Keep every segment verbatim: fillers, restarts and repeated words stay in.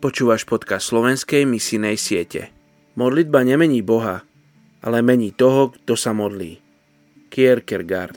Počúvaš podcast Slovenskej misijnej siete. Modlitba nemení Boha, ale mení toho, kto sa modlí. Kierkegaard.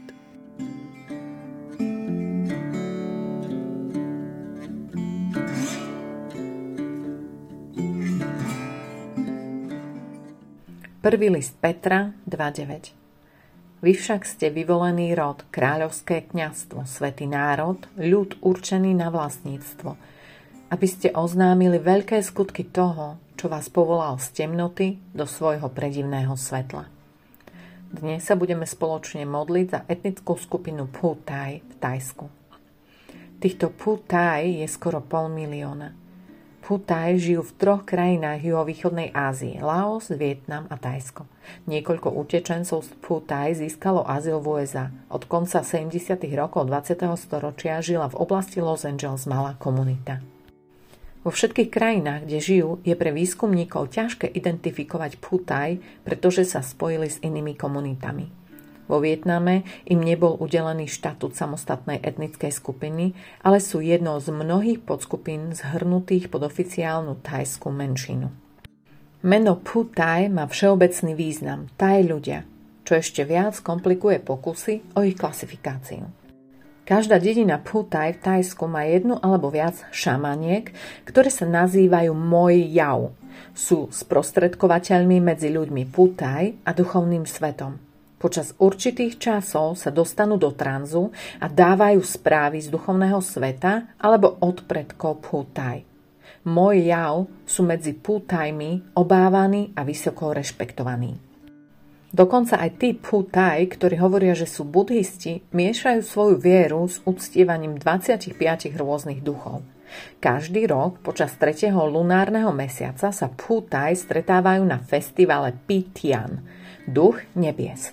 Prvý list Petra dva deväť. Vy však ste vyvolený rod, kráľovské kňazstvo, svätý národ, ľud určený na vlastníctvo, aby ste oznámili veľké skutky toho, čo vás povolal z temnoty do svojho predivného svetla. Dnes sa budeme spoločne modliť za etnickú skupinu Phu Thai v Thajsku. Týchto Phu Thai je skoro pol milióna. Phu Thai žijú v troch krajinách juhovýchodnej Ázie: Laos, Vietnam a Thajsko. Niekoľko utečencov z Phu Thai získalo azyl v ú es á. Od konca sedemdesiatych rokov dvadsiateho storočia žila v oblasti Los Angeles malá komunita. Vo všetkých krajinách, kde žijú, je pre výskumníkov ťažké identifikovať Phu Thai, pretože sa spojili s inými komunitami. Vo Vietname im nebol udelený štatút samostatnej etnickej skupiny, ale sú jednou z mnohých podskupín zhrnutých pod oficiálnu thajskú menšinu. Meno Phu Thai má všeobecný význam Thai ľudia, čo ešte viac komplikuje pokusy o ich klasifikáciu. Každá dedina Phu Thai v Thajsku má jednu alebo viac šamaniek, ktoré sa nazývajú Moi Jau. Sú sprostredkovateľmi medzi ľuďmi Phu Thai a duchovným svetom. Počas určitých časov sa dostanú do tranzu a dávajú správy z duchovného sveta alebo od predkov Phu Thai. Moi Jau sú medzi Phu Thajmi obávaní a vysoko rešpektovaní. Dokonca aj tí Phu Thai, ktorí hovoria, že sú budhisti, miešajú svoju vieru s uctievaním dvadsaťpäť rôznych duchov. Každý rok počas tretieho lunárneho mesiaca sa Phu Thai stretávajú na festivale Pi Tian, duch nebies.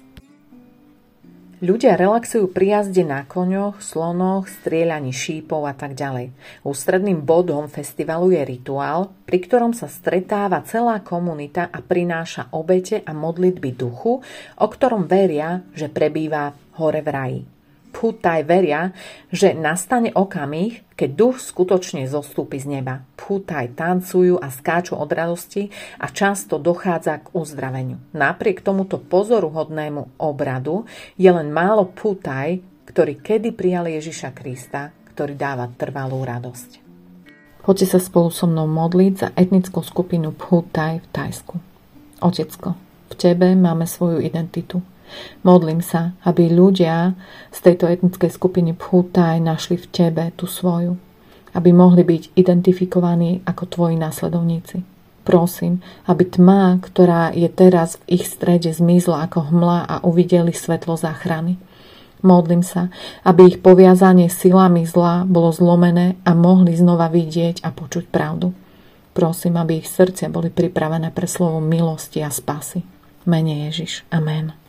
Ľudia relaxujú pri jazde na koňoch, slonoch, strieľaní šípov a tak ďalej. Ústredným bodom festivalu je rituál, pri ktorom sa stretáva celá komunita a prináša obete a modlitby duchu, o ktorom veria, že prebýva hore v raji. Phu Thai veria, že nastane okamih, keď duch skutočne zostúpi z neba. Phu Thai tancujú a skáču od radosti a často dochádza k uzdraveniu. Napriek tomuto pozoruhodnému obradu je len málo Phu Thai, ktorí kedy prijali Ježiša Krista, ktorý dáva trvalú radosť. Poďte sa spolu so mnou modliť za etnickú skupinu Phu Thai v Thajsku. Otecko, v tebe máme svoju identitu. Modlím sa, aby ľudia z tejto etnickej skupiny Phu Thai našli v tebe tú svoju, aby mohli byť identifikovaní ako tvoji následovníci. Prosím, aby tma, ktorá je teraz v ich strede, zmizla ako hmla a uvideli svetlo záchrany. Modlím sa, aby ich poviazanie silami zla bolo zlomené a mohli znova vidieť a počuť pravdu. Prosím, aby ich srdcia boli pripravené pre slovo milosti a spasy. Mene Ježiš. Amen.